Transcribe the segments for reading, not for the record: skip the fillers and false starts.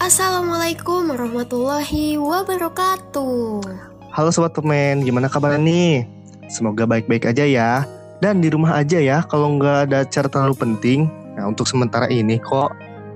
Assalamualaikum warahmatullahi wabarakatuh. Halo Sobat Permen, gimana kabarnya nih? Semoga baik-baik aja ya. Dan di rumah aja ya, kalau nggak ada acara terlalu penting. Nah, untuk sementara ini kok.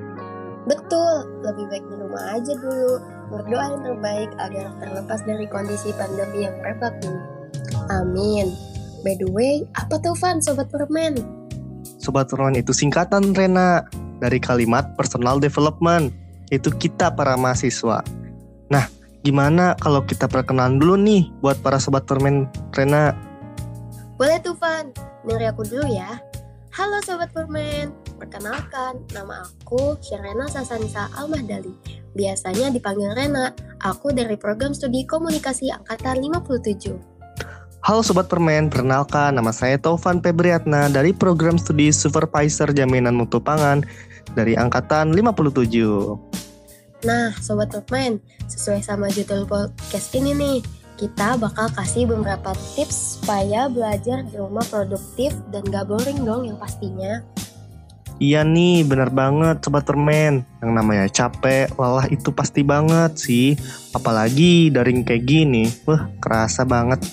Betul, lebih baik di rumah aja dulu. Berdoa yang terbaik agar terlepas dari kondisi pandemi yang merebak ini. Amin. By the way, apa tuh Van, Sobat Permen? Sobat Permen itu singkatan Rena dari kalimat personal development. Itu kita para mahasiswa. Nah, gimana kalau kita perkenalan dulu nih buat para Sobat Permen Rena? Boleh tuh Van, dengerin aku dulu ya. Halo Sobat Permen, perkenalkan nama aku Syarena Sasanisa Almahdali. Biasanya dipanggil Rena, aku dari program studi komunikasi angkatan 57. Halo Sobat Permen, perkenalkan nama saya Taufan Febriatna dari program studi Supervisor Jaminan Mutu Pangan dari angkatan 57. Nah, Sobat Permen, sesuai sama judul podcast ini nih, kita bakal kasih beberapa tips supaya belajar di rumah produktif dan gak boring dong yang pastinya. Iya nih, benar banget Sobat Permen. Yang namanya capek, lelah itu pasti banget sih. Apalagi daring kayak gini, kerasa banget.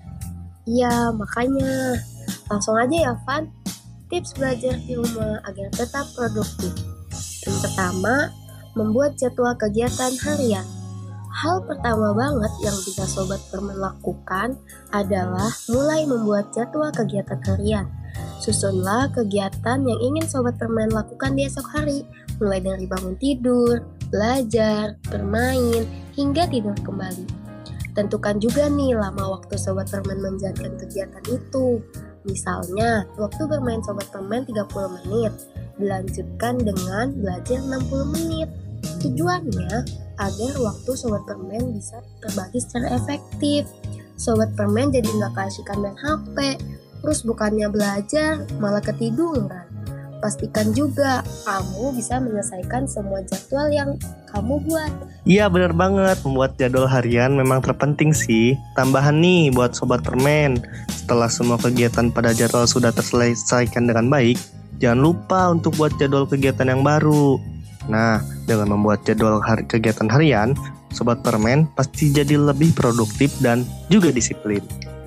Iya, makanya langsung aja ya Van, tips belajar di rumah agar tetap produktif. Yang pertama, membuat jadwal kegiatan harian. Hal pertama banget yang bisa Sobat Permen lakukan adalah mulai membuat jadwal kegiatan harian. Susunlah kegiatan yang ingin Sobat Permen lakukan di esok hari, mulai dari bangun tidur, belajar, bermain, hingga tidur kembali. Tentukan juga nih lama waktu Sobat Permen menjalankan kegiatan itu. Misalnya, waktu bermain Sobat Permen 30 menit, dilanjutkan dengan belajar 60 menit. Tujuannya agar waktu Sobat Permen bisa terbagi secara efektif. Sobat Permen jadi nggak keasikan main HP, terus bukannya belajar malah ketiduran. Pastikan juga kamu bisa menyelesaikan semua jadwal yang kamu buat. Iya benar banget, membuat jadwal harian memang terpenting sih. Tambahan nih buat Sobat Permen, setelah semua kegiatan pada jadwal sudah terselesaikan dengan baik, jangan lupa untuk buat jadwal kegiatan yang baru. Nah, dengan membuat jadwal kegiatan harian, Sobat Permen pasti jadi lebih produktif dan juga disiplin.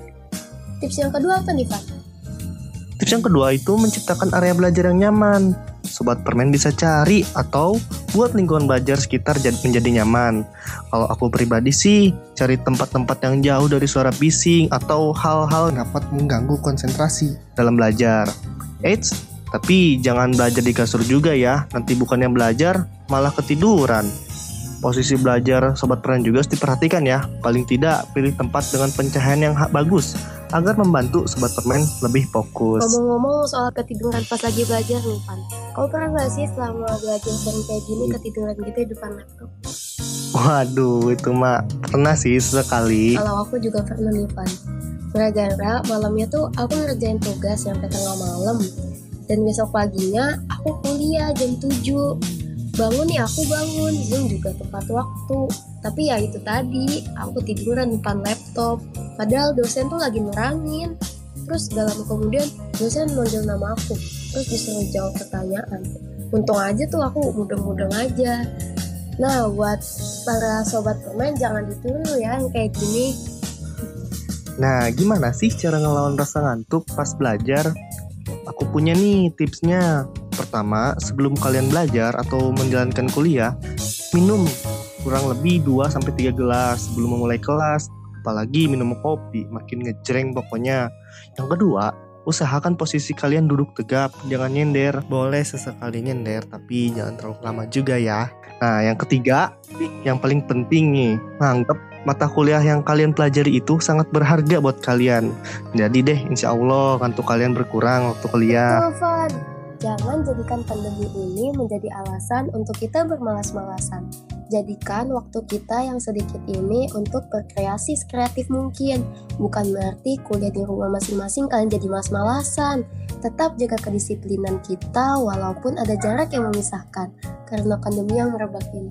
Tips yang kedua apa nih, Pak? Tips yang kedua itu menciptakan area belajar yang nyaman. Sobat Permen bisa cari atau buat lingkungan belajar sekitar menjadi nyaman. Kalau aku pribadi sih, cari tempat-tempat yang jauh dari suara bising atau hal-hal yang dapat mengganggu konsentrasi dalam belajar. Tapi jangan belajar di kasur juga ya, nanti bukannya belajar malah ketiduran. Posisi belajar Sobat Permen juga harus diperhatikan ya. Paling tidak pilih tempat dengan pencahayaan yang bagus agar membantu Sobat Permen lebih fokus. Ngomong-ngomong soal ketiduran pas lagi belajar nih Pan, kau pernah gak sih selama belajar sering kayak gini ketiduran gitu di depan laptop? Waduh, itu mah pernah sih sekali. Kalau aku juga pernah nih Pan, gara-gara malamnya tuh aku ngerjain tugas sampai tengah malam. Dan besok paginya aku kuliah jam 7. Bangun Zoom juga tepat waktu. Tapi ya itu tadi, aku tiduran depan laptop. Padahal dosen tuh lagi nerangin. Terus dalam kemudian dosen manggil nama aku, terus disuruh jawab pertanyaan. Untung aja tuh aku mudeng-mudeng aja. Nah, buat para Sobat Permen jangan ditiru ya yang kayak gini. Nah, gimana sih cara ngelawan rasa ngantuk pas belajar? Aku punya nih tipsnya. Pertama, sebelum kalian belajar atau menjalankan kuliah, minum kurang lebih 2-3 gelas sebelum memulai kelas. Apalagi minum kopi, makin ngejreng pokoknya. Yang kedua, usahakan posisi kalian duduk tegap, jangan nyender. Boleh sesekali nyender, tapi jangan terlalu lama juga ya. Nah, yang ketiga, yang paling penting nih, anggap mata kuliah yang kalian pelajari itu sangat berharga buat kalian. Jadi deh, insya Allah kantuk kalian berkurang waktu kuliah. Telepon, jangan jadikan pandemi ini menjadi alasan untuk kita bermalas-malasan. Jadikan waktu kita yang sedikit ini untuk berkreasi sekreatif mungkin. Bukan berarti kuliah di rumah masing-masing kalian jadi malas-malasan. Tetap jaga kedisiplinan kita walaupun ada jarak yang memisahkan karena pandemi yang merebak ini.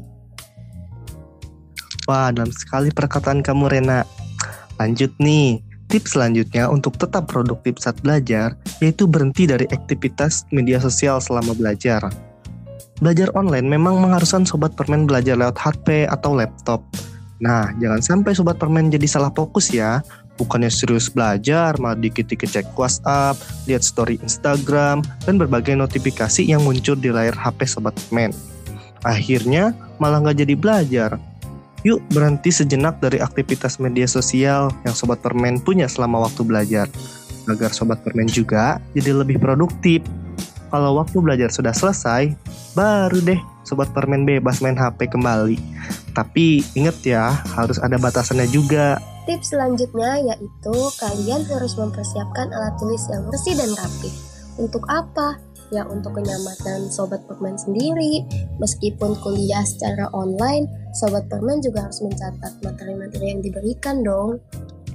Wah, dalam sekali perkataan kamu Rena. Lanjut nih, tips selanjutnya untuk tetap produktif saat belajar, yaitu berhenti dari aktivitas media sosial selama belajar. Belajar online memang mengharuskan Sobat Permen belajar lewat HP atau laptop. Nah, jangan sampai Sobat Permen jadi salah fokus ya. Bukannya serius belajar, malah dikit-dikit cek WhatsApp, lihat story Instagram, dan berbagai notifikasi yang muncul di layar HP Sobat Permen. Akhirnya malah nggak jadi belajar. Yuk berhenti sejenak dari aktivitas media sosial yang Sobat Permen punya selama waktu belajar, agar Sobat Permen juga jadi lebih produktif. Kalau waktu belajar sudah selesai, baru deh Sobat Permen bebas main HP kembali. Tapi ingat ya, harus ada batasannya juga. Tips selanjutnya yaitu kalian harus mempersiapkan alat tulis yang bersih dan rapi. Untuk apa? Ya untuk kenyamanan Sobat Permen sendiri. Meskipun kuliah secara online, Sobat Permen juga harus mencatat materi-materi yang diberikan dong.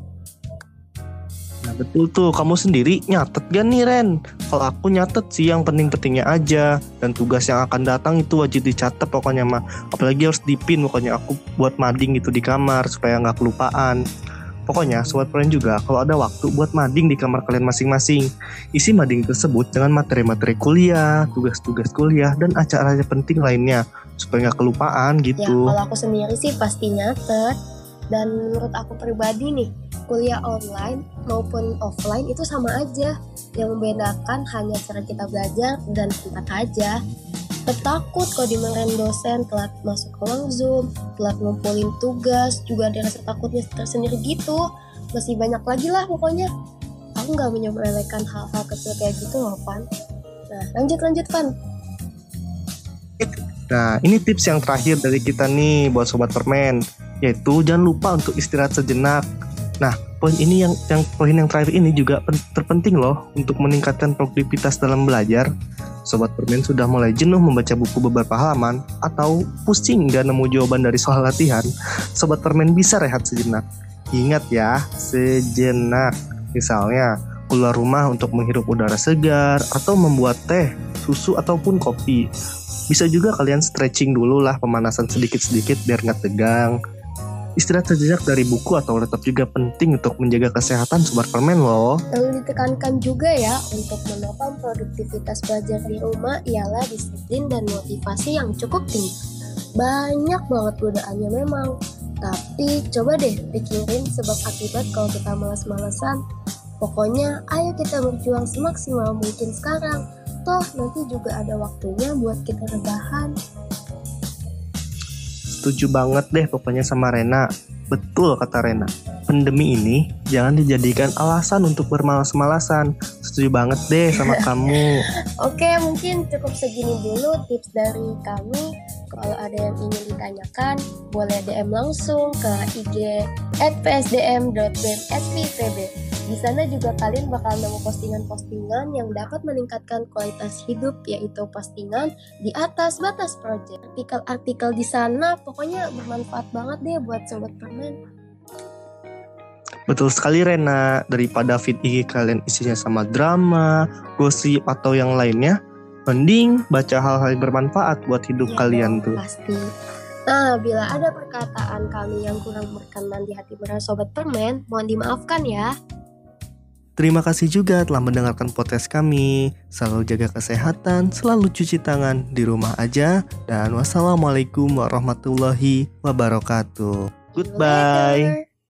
Nah betul tuh, kamu sendiri nyatet gak nih Ren? Kalau aku nyatet sih yang penting-pentingnya aja. Dan tugas yang akan datang itu wajib dicatat pokoknya mah. Apalagi harus dipin pokoknya, aku buat mading gitu di kamar supaya gak kelupaan. Pokoknya Sobat Permen juga kalau ada waktu buat mading di kamar kalian masing-masing. Isi mading tersebut dengan materi-materi kuliah, tugas-tugas kuliah, dan acara-acara penting lainnya. Supaya gak kelupaan gitu. Ya kalau aku sendiri sih pasti nyatet. Dan menurut aku pribadi nih, kuliah online maupun offline itu sama aja. Yang membedakan hanya cara kita belajar dan tempat aja. Takut kalau dimarahin dosen, telat masuk ruang Zoom, telat ngumpulin tugas, juga ada rasa takutnya tersendiri gitu. Masih banyak lagi lah pokoknya. Aku gak menyepelekan hal-hal kecil kayak gitu loh, Van. Nah, lanjut, Van. Nah, ini tips yang terakhir dari kita nih buat Sobat Permen, yaitu jangan lupa untuk istirahat sejenak. Nah, poin yang terakhir ini juga terpenting loh untuk meningkatkan produktivitas dalam belajar. Sobat Permen sudah mulai jenuh membaca buku beberapa halaman atau pusing gak nemu jawaban dari soal latihan, Sobat Permen bisa rehat sejenak. Ingat ya, sejenak. Misalnya, keluar rumah untuk menghirup udara segar atau membuat teh, susu ataupun kopi. Bisa juga kalian stretching dulu lah, pemanasan sedikit-sedikit biar gak tegang. Istirahat sejenak dari buku atau laptop juga penting untuk menjaga kesehatan Sobat Permen loh. Perlu ditekankan juga ya, untuk menopang produktivitas belajar di rumah ialah disiplin dan motivasi yang cukup tinggi. Banyak banget godaannya memang, tapi coba deh pikirin sebab akibat kalau kita malas-malesan. Pokoknya ayo kita berjuang semaksimal mungkin sekarang. Toh nanti juga ada waktunya buat kita rebahan. Setuju banget deh pokoknya sama Rena. Betul kata Rena. Pandemi ini jangan dijadikan alasan untuk bermalas-malasan. Setuju banget deh sama kamu. Oke, mungkin cukup segini dulu tips dari kami. Kalau ada yang ingin ditanyakan, boleh DM langsung ke IG @psdm.bem.svpb. Di sana juga kalian bakal nemu postingan-postingan yang dapat meningkatkan kualitas hidup, yaitu postingan di atas batas project. Artikel-artikel di sana pokoknya bermanfaat banget deh buat Sobat Permen. Betul sekali Rena, daripada feed IG kalian isinya sama drama, gosip atau yang lainnya, mending baca hal-hal yang bermanfaat buat hidup kalian tuh. Pasti. Nah, bila ada perkataan kami yang kurang berkenan di hati para Sobat Permen, mohon dimaafkan ya. Terima kasih juga telah mendengarkan podcast kami. Selalu jaga kesehatan, selalu cuci tangan di rumah aja, dan wassalamualaikum warahmatullahi wabarakatuh. Goodbye.